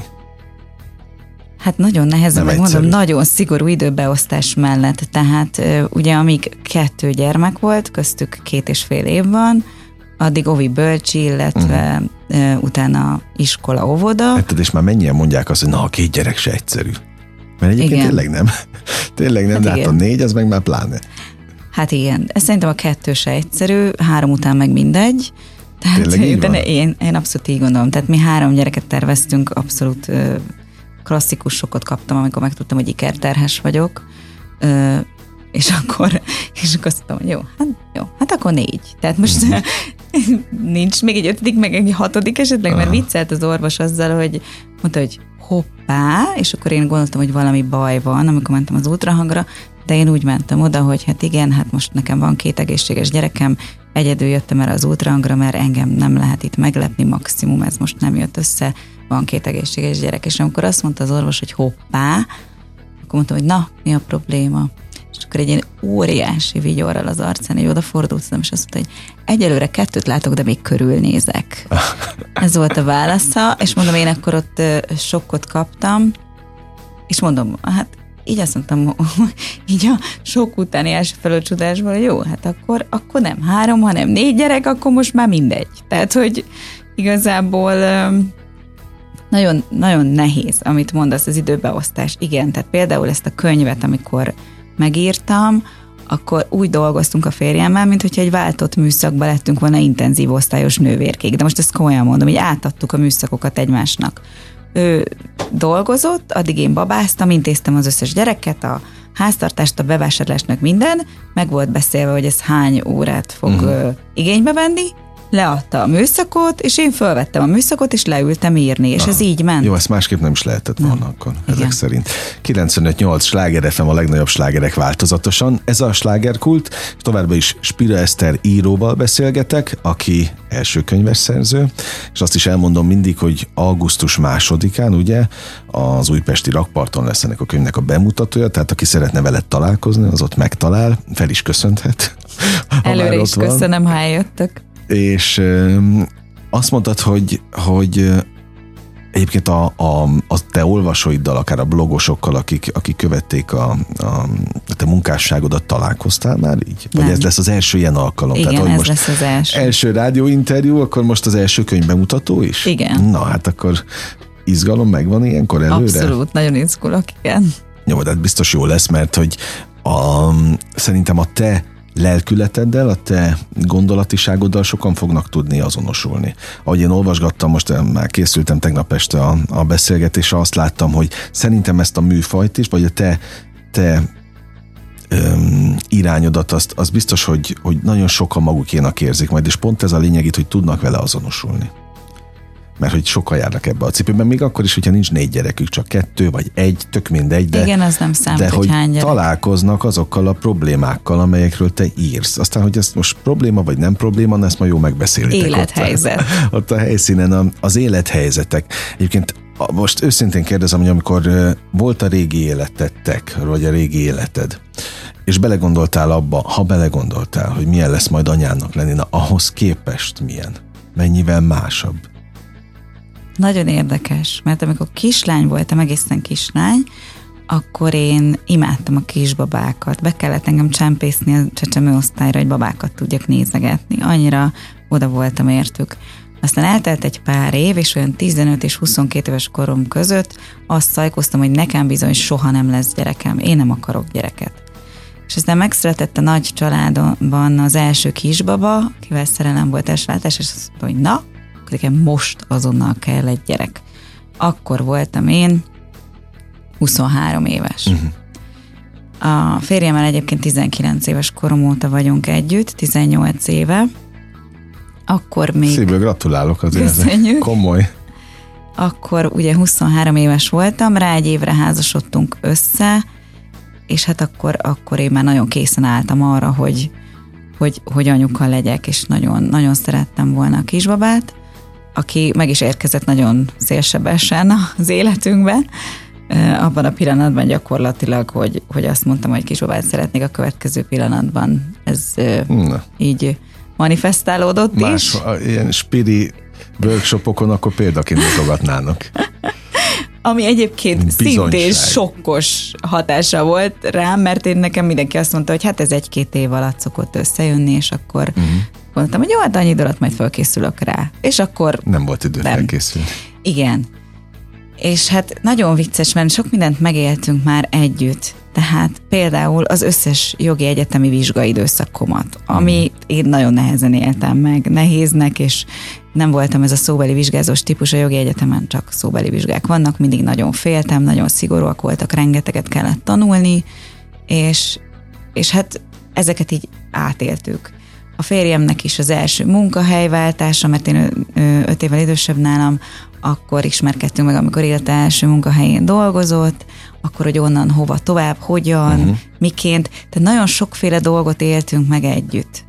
Hát nagyon nehezen, meg mondom, nagyon szigorú időbeosztás mellett, tehát ugye amíg kettő gyermek volt, köztük két és fél év van, addig ovi bölcsi, illetve uh-huh. utána iskola, óvoda. Hát, és már mennyien mondják azt, hogy na, a két gyerek se egyszerű. Mert egyébként igen. tényleg nem. tényleg nem, hát de hát a négy, az meg már pláne. Hát igen, ez szerintem a kettő se egyszerű, három után meg mindegy. Tényleg így van? Én, én abszolút így gondolom. Tehát mi három gyereket terveztünk, abszolút klasszikus sokkot kaptam, amikor megtudtam, hogy ikerterhes vagyok, Ö, és akkor, és akkor azt mondtam, hogy jó, hát jó, hát akkor négy. Tehát most mm-hmm. nincs még egy ötödik, meg egy hatodik esetleg, ah. mert viccelt az orvos azzal, hogy mondta, hogy hoppá, és akkor én gondoltam, hogy valami baj van, amikor mentem az ultrahangra, de én úgy mentem oda, hogy hát igen, hát most nekem van két egészséges gyerekem, egyedül jöttem erre az ultrahangra, mert engem nem lehet itt meglepni, maximum ez most nem jött össze, van két egészséges gyerek, és amikor azt mondta az orvos, hogy hoppá, akkor mondtam, hogy na, mi a probléma? És akkor egy ilyen óriási vigyorral az arcán, így odafordultam, és azt mondta, hogy egyelőre kettőt látok, de még körülnézek. Ez volt a válasza, és mondom, én akkor ott sokkot kaptam, és mondom, hát így azt mondtam, így a sok utáni első felölcsudásból, hogy jó, hát akkor, akkor nem három, hanem négy gyerek, akkor most már mindegy. Tehát, hogy igazából nagyon, nagyon nehéz, amit mondasz, az időbeosztás. Igen, tehát például ezt a könyvet, amikor megírtam, akkor úgy dolgoztunk a férjemmel, mint hogyha egy váltott műszakba lettünk volna intenzív osztályos nővérkék. De most ezt komolyan mondom, hogy átadtuk a műszakokat egymásnak. Ő dolgozott, addig én babáztam, intéztem az összes gyereket, a háztartást, a bevásárlásnak minden, meg volt beszélve, hogy ez hány órát fog uh-huh. igénybe venni, leadta a műszakot, és én fölvettem a műszakot, és leültem írni, és na, ez így ment. Jó, ezt másképp nem is lehetett volna nem. akkor, ezek igen. szerint. kilencvenöt nyolc Sláger ef em, a legnagyobb slágerek változatosan. Ez a slágerkult, továbbá is Spira Eszter íróval beszélgetek, aki első könyves szerző, és azt is elmondom mindig, hogy augusztus másodikán, ugye, az újpesti Rakparton lesz ennek a könyvnek a bemutatója, tehát aki szeretne veled találkozni, az ott megtalál, fel is köszönthet. Előre is köszönöm, ha eljöttök. És ö, azt mondtad, hogy, hogy egyébként a, a, a te olvasóiddal, akár a blogosokkal, akik, akik követték a, a, a te munkásságodat, találkoztál már így? Vagy nem. Ez lesz az első ilyen alkalom? Igen, tehát, ez most lesz az első. Első rádióinterjú, akkor most az első könyvbemutató is? Igen. Na, hát akkor izgalom megvan ilyenkor előre? Abszolút, nagyon izgulok, igen. Jó, de biztos jó lesz, mert hogy a, szerintem a te lelkületeddel, a te gondolatiságoddal sokan fognak tudni azonosulni. Ahogy én olvasgattam, most már készültem tegnap este a, a beszélgetésre, azt láttam, hogy szerintem ezt a műfajt is, vagy a te, te öm, irányodat, azt, az biztos, hogy, hogy nagyon sokan magukénak érzik majd, és pont ez a lényeg itt, hogy tudnak vele azonosulni. Mert hogy sokan járnak ebbe a cipőben, még akkor is, hogyha nincs négy gyerekük, csak kettő, vagy egy, tök mindegy, de, igen, az nem számít, de hogy, hogy találkoznak azokkal a problémákkal, amelyekről te írsz. Aztán, hogy ez most probléma, vagy nem probléma, ezt ma jó megbeszélitek. Élethelyzet. Ott, ott a helyszínen az élethelyzetek. Egyébként most őszintén kérdezem, hogy amikor volt a régi életedtek, vagy a régi életed, és belegondoltál abba, ha belegondoltál, hogy milyen lesz majd anyának lenni, na ahhoz képest milyen? Mennyivel másabb? Nagyon érdekes, mert amikor kislány voltam, egészen kislány, akkor én imádtam a kisbabákat. Be kellett engem csempészni a csecsemőosztályra, hogy babákat tudjak nézegetni. Annyira oda voltam értük. Aztán eltelt egy pár év, és olyan tizenöt és huszonkét éves korom között azt szajkoztam, hogy nekem bizony soha nem lesz gyerekem. Én nem akarok gyereket. és aztán megszületett a nagy családban az első kisbaba, akivel szerelem volt elsőlátás, és azt mondta, hogy na, akkor nekem most azonnal kell egy gyerek. Akkor voltam én huszonhárom éves. Uh-huh. A férjemmel egyébként tizenkilenc éves korom óta vagyunk együtt, tizennyolc éve. Akkor még... Szívből gratulálok azért. Köszönjük. Komoly. Akkor ugye huszonhárom éves voltam, rá egy évre házasodtunk össze, és hát akkor, akkor én már nagyon készen álltam arra, hogy, hogy, hogy anyuka legyek, és nagyon, nagyon szerettem volna a kisbabát, aki meg is érkezett nagyon szélsebesen az életünkben. Abban a pillanatban gyakorlatilag, hogy, hogy azt mondtam, hogy kisbabát szeretnék, a következő pillanatban ez Na. így manifestálódott Más, is. Ilyen spiri workshopokon akkor példaként mutogatnának. Ami egyébként Bizonyság. szintén sokkos hatása volt rám, mert én nekem mindenki azt mondta, hogy hát ez egy-két év alatt szokott összejönni, és akkor uh-huh. mondtam, hogy jó, hát annyi idő alatt majd felkészülök rá. És akkor... Nem volt idő nem. felkészülni. Igen. És hát nagyon vicces, mert sok mindent megéltünk már együtt. Tehát például az összes jogi egyetemi vizsgaidőszakomat, amit én nagyon nehezen éltem meg, nehéznek, és nem voltam ez a szóbeli vizsgázós típus, a jogi egyetemen csak szóbeli vizsgák vannak, mindig nagyon féltem, nagyon szigorúak voltak, rengeteget kellett tanulni, és, és hát ezeket így átéltük. A férjemnek is az első munkahelyváltása, mert én öt évvel idősebb nálam, akkor ismerkedtünk meg, amikor élete első munkahelyén dolgozott, akkor, hogy onnan hova tovább, hogyan, uh-huh. miként. Tehát nagyon sokféle dolgot éltünk meg együtt.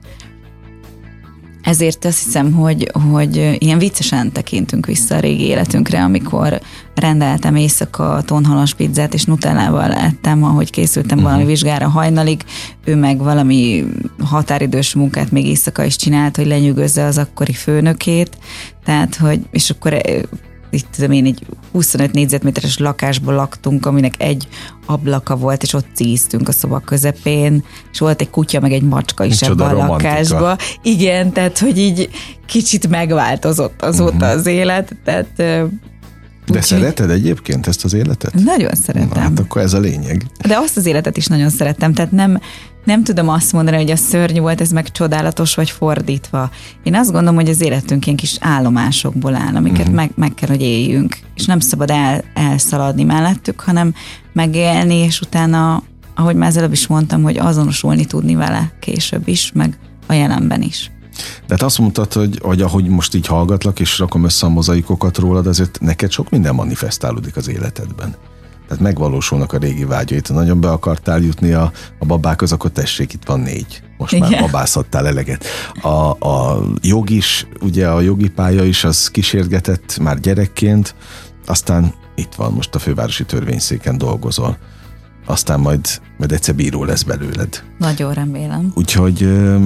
Ezért azt hiszem, hogy, hogy ilyen viccesen tekintünk vissza a régi életünkre, amikor rendeltem éjszaka tonhalas pizzát, és nutellával ettem, ahogy készültem uh-huh. valami vizsgára hajnalig, ő meg valami határidős munkát még éjszaka is csinált, hogy lenyűgözze az akkori főnökét. Tehát, hogy, és akkor itt tudom én, egy huszonöt négyzetméteres lakásban laktunk, aminek egy ablaka volt, és ott cíztünk a szoba közepén, és volt egy kutya, meg egy macska is ebben a lakásban. Igen, tehát, hogy így kicsit megváltozott azóta uh-huh. az élet, tehát... De úgy, szereted egyébként ezt az életet? Nagyon szeretem. Na, hát akkor ez a lényeg. De azt az életet is nagyon szerettem, tehát nem, nem tudom azt mondani, hogy a szörnyű volt, ez meg csodálatos, vagy fordítva. Én azt gondolom, hogy az életünk ilyen kis állomásokból áll, amiket uh-huh. meg, meg kell, hogy éljünk. És nem szabad el, elszaladni mellettük, hanem megélni, és utána, ahogy már az előbb is mondtam, hogy azonosulni tudni vele később is, meg a jelenben is. De hát azt mondtad, hogy, hogy ahogy most így hallgatlak, és rakom össze a mozaikokat rólad, azért neked sok minden manifestálódik az életedben. Tehát megvalósulnak a régi vágyait. Ha nagyon be akartál jutni a, a babákhoz, akkor tessék, itt van négy. Most Igen. már babázhattál eleget. A, a jog is, ugye a jogi pálya is, az kísérgetett már gyerekként, aztán itt van, most a fővárosi törvényszéken dolgozol. Aztán majd, majd egyszer bíró lesz belőled. Nagyon remélem. Úgyhogy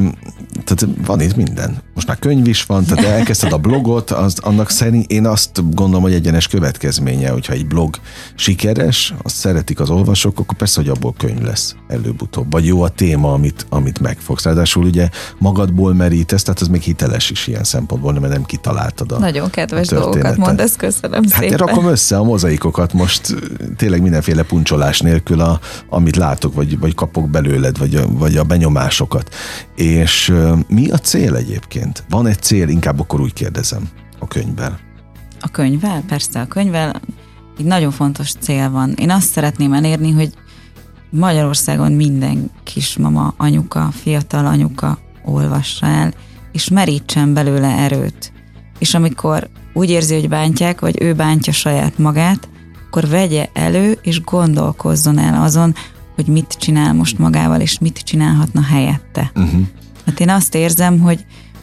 tehát van itt minden. Most már könyv is van, tehát elkezdted a blogot, az, annak szerint én azt gondolom, hogy egyenes következménye, hogyha egy blog sikeres, azt szeretik az olvasók, akkor persze, hogy abból könyv lesz előbb-utóbb. Vagy jó a téma, amit, amit megfogsz. Ráadásul ugye magadból merítesz, tehát ez még hiteles is ilyen szempontból, mert nem kitaláltad a Nagyon kedves dolgokat mondasz, köszönöm hát szépen. Hát rakom össze a mozaikokat most tényleg mindenféle puncsolás nélkül, a, amit látok, vagy, vagy kapok belőled, vagy a, vagy a benyomásokat. És uh, mi a cél egyébként? Van egy cél, inkább akkor úgy kérdezem, a könyvvel. A könyvvel? Persze, a könyvvel egy nagyon fontos cél van. Én azt szeretném elérni, hogy Magyarországon minden kismama, anyuka, fiatal anyuka olvassa el, és merítsen belőle erőt. És amikor úgy érzi, hogy bántják, vagy ő bántja saját magát, akkor vegye elő, és gondolkozzon el azon, hogy mit csinál most magával, és mit csinálhatna helyette. Uh-huh. Hát én azt érzem, hogy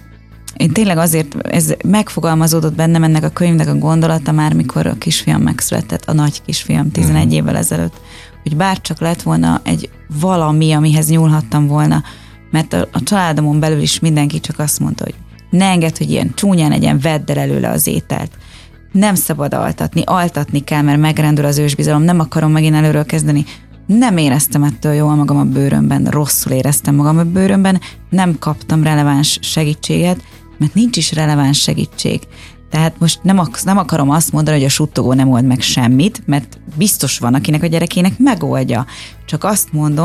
én tényleg azért, ez megfogalmazódott bennem ennek a könyvnek a gondolata már, mikor a kisfiam megszületett, a nagy kisfiam tizenegy uh-huh. évvel ezelőtt, hogy bárcsak lett volna egy valami, amihez nyúlhattam volna, mert a, a családomon belül is mindenki csak azt mondta, hogy ne engedd, hogy ilyen csúnyán legyen, vedd el előle az ételt. Nem szabad altatni, altatni kell, mert megrendül az ősbizalom, nem akarom megint előről kezdeni. Nem éreztem ettől jól magam a bőrömben, rosszul éreztem magam a bőrömben, nem kaptam releváns segítséget, mert nincs is releváns segítség. Tehát most nem, ak- nem akarom azt mondani, hogy a suttogó nem old meg semmit, mert biztos van, akinek a gyerekének megoldja. Csak azt mondom,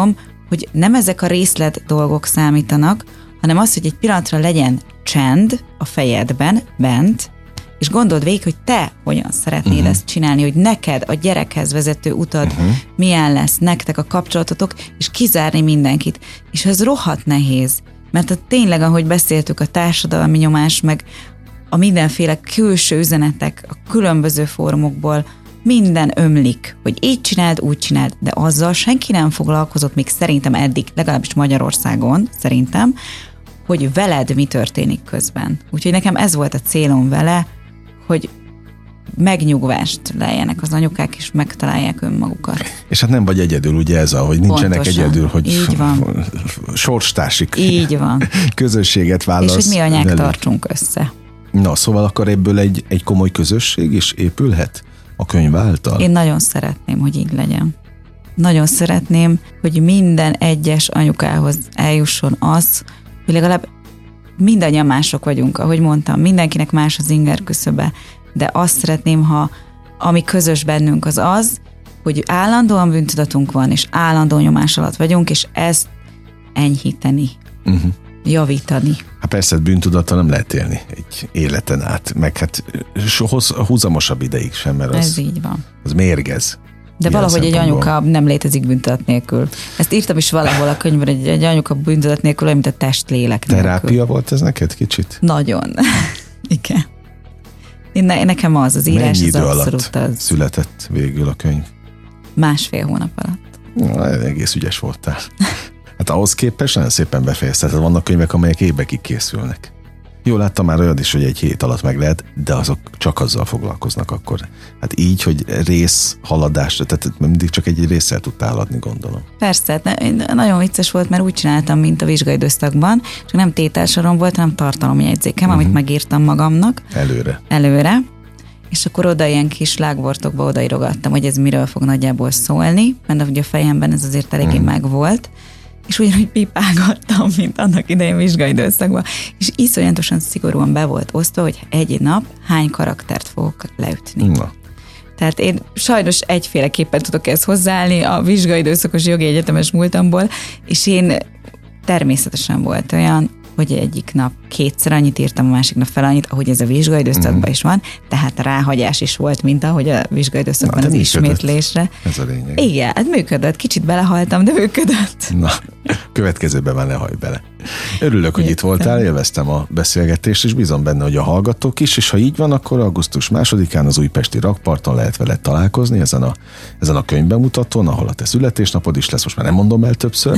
hogy nem ezek a részlet dolgok számítanak, hanem az, hogy egy pillanatra legyen csend a fejedben, bent, és gondold végig, hogy te hogyan szeretnéd uh-huh. ezt csinálni, hogy neked a gyerekhez vezető utad uh-huh. milyen lesz, nektek a kapcsolatotok, és kizárni mindenkit. És ez rohadt nehéz, mert tényleg, ahogy beszéltük, a társadalmi nyomás, meg a mindenféle külső üzenetek a különböző fórumokból minden ömlik, hogy így csináld, úgy csináld, de azzal senki nem foglalkozott még szerintem eddig, legalábbis Magyarországon, szerintem, hogy veled mi történik közben. Úgyhogy nekem ez volt a célom vele, hogy megnyugvást lejjenek az anyukák, és megtalálják önmagukat. És hát nem vagy egyedül, ugye ez, hogy nincsenek Pontosan. Egyedül, hogy így van. sorstársik így van. közösséget válasz. És hogy mi anyák velük. tartsunk össze. Na, szóval akkor ebből egy, egy komoly közösség is épülhet a könyv által? Én nagyon szeretném, hogy így legyen. Nagyon szeretném, hogy minden egyes anyukához eljusson az, hogy legalább mindannyian mások vagyunk, ahogy mondtam, mindenkinek más az inger küszöbe, de azt szeretném, ha ami közös bennünk az az, hogy állandóan bűntudatunk van, és állandó nyomás alatt vagyunk, és ezt enyhíteni, uh-huh. javítani. Hát persze, bűntudattal nem lehet élni egy életen át, meg hát hoz, húzamosabb ideig sem, mert az, ez így van. Az mérgez. De valahogy egy anyuka nem létezik bűntudat nélkül. Ezt írtam is valahol a könyvben, hogy egy anyuka bűntudat nélkül, olyan, mint a test-lélek nélkül. Terápia volt ez neked kicsit? Nagyon. Igen. Én ne, nekem az, az írás Mennyi az idő abszolút alatt az. született végül a könyv? Másfél hónap alatt. Na, egész ügyes voltál. Hát ahhoz képest nagyon szépen befejezted. Vannak könyvek, amelyek évekig készülnek. Jól láttam már olyan is, hogy egy hét alatt meg lehet, de azok csak azzal foglalkoznak akkor. Hát így, hogy rész haladásra, tehát mindig csak egy résszel tudtál adni, gondolom. Persze, nagyon vicces volt, mert úgy csináltam, mint a vizsgaidőszakban, csak nem tételsorom volt, hanem tartalomjegyzékem, uh-huh. amit megírtam magamnak. Előre. Előre. És akkor oda ilyen kis lágvortokba odaírogattam, hogy ez miről fog nagyjából szólni, mert ugye a fejemben ez azért eléggé uh-huh. megvolt. És ugyanúgy pipálgattam, mint annak idején vizsgaidőszakban, és iszonyatosan szigorúan be volt osztva, hogy egy nap hány karaktert fogok leütni. Na. Tehát én sajnos egyféleképpen tudok ezt hozzáállni a vizsgaidőszakos jogi egyetemes múltamból, és én természetesen volt olyan, hogy egyik nap kétszer annyit írtam, a másik nap fel annyit, ahogy ez a vizsgaidőszakban mm. is van, tehát ráhagyás is volt, mint ahogy a vizsgaidőszakban az működött. Ismétlésre. Ez a lényeg. Igen, hát működött, kicsit belehaltam, de működött. Na, következőben már ne hajj bele. Örülök, hogy Jöttem. Itt voltál, élveztem a beszélgetést, és bízom benne, hogy a hallgatók is, és ha így van, akkor augusztus másodikán az újpesti Rakparton lehet veled találkozni, ezen a, ezen a könyvbemutatón, ahol a te születésnapod is lesz, most már nem mondom el többször,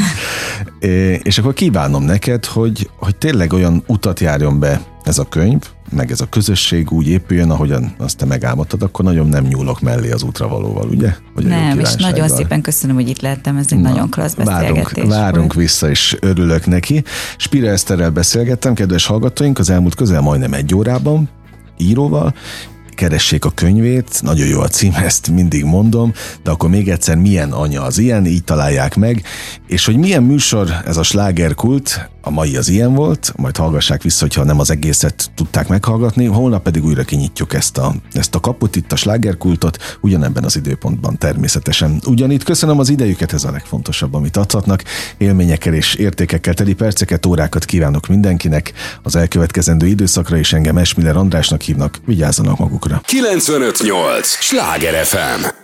és akkor kívánom neked, hogy, hogy tényleg olyan utat járjon be ez a könyv, meg ez a közösség úgy épüljön, ahogyan azt te megálmodtad, akkor nagyon nem nyúlok mellé az útravalóval, ugye? Vagy nem, és nagyon szépen köszönöm, hogy itt lehettem, ez egy Na, nagyon klassz beszélgetés. Várunk, várunk vissza, és örülök neki. Spira Eszterrel beszélgettem, kedves hallgatóink, az elmúlt közel majdnem egy órában, íróval. Keressék a könyvét, nagyon jó a cím, ezt mindig mondom, de akkor még egyszer, milyen anya az ilyen, így találják meg, és hogy milyen műsor ez a slágerkult, a mai az ilyen volt, majd hallgassák vissza, hogyha nem az egészet tudták meghallgatni, holnap pedig újra kinyitjuk ezt a, ezt a kaput, itt a slágerkultot, ugyanebben az időpontban természetesen. Ugyanitt köszönöm az idejüket, ez a legfontosabb, amit adhatnak, élményekkel és értékekkel teli perceket, órákat kívánok mindenkinek, az elkövetkezendő időszakra, és engem Esmiller Andrásnak hívnak, vigyázzanak magukra. kilencvenöt nyolc Sláger ef em